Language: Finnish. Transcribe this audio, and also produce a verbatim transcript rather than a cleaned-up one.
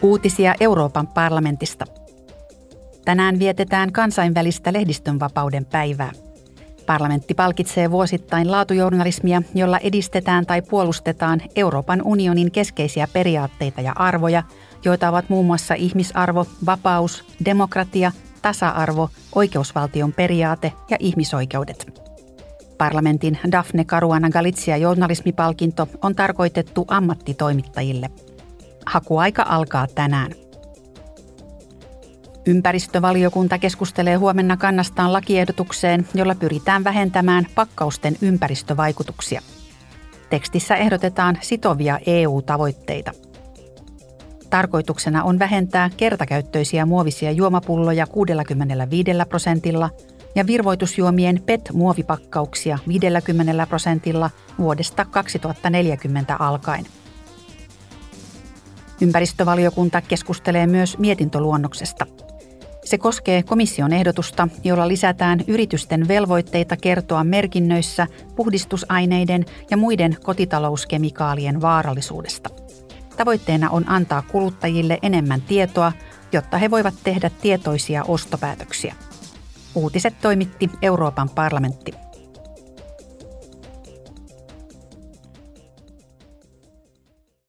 Uutisia Euroopan parlamentista. Tänään vietetään kansainvälistä lehdistönvapauden päivää. Parlamentti palkitsee vuosittain laatujournalismia, jolla edistetään tai puolustetaan Euroopan unionin keskeisiä periaatteita ja arvoja, joita ovat muun muassa ihmisarvo, vapaus, demokratia, tasa-arvo, oikeusvaltion periaate ja ihmisoikeudet. Parlamentin Daphne Caruana Galizia journalismipalkinto on tarkoitettu ammattitoimittajille. Hakuaika alkaa tänään. Ympäristövaliokunta keskustelee huomenna kannastaan lakiehdotukseen, jolla pyritään vähentämään pakkausten ympäristövaikutuksia. Tekstissä ehdotetaan sitovia E U-tavoitteita. Tarkoituksena on vähentää kertakäyttöisiä muovisia juomapulloja kuusikymmentäviisi prosentilla ja virvoitusjuomien P E T-muovipakkauksia viisikymmentä prosentilla vuodesta kaksituhattaneljäkymmentä alkaen. Ympäristövaliokunta keskustelee myös mietintöluonnoksesta. Se koskee komission ehdotusta, jolla lisätään yritysten velvoitteita kertoa merkinnöissä puhdistusaineiden ja muiden kotitalouskemikaalien vaarallisuudesta. Tavoitteena on antaa kuluttajille enemmän tietoa, jotta he voivat tehdä tietoisia ostopäätöksiä. Uutiset toimitti Euroopan parlamentti.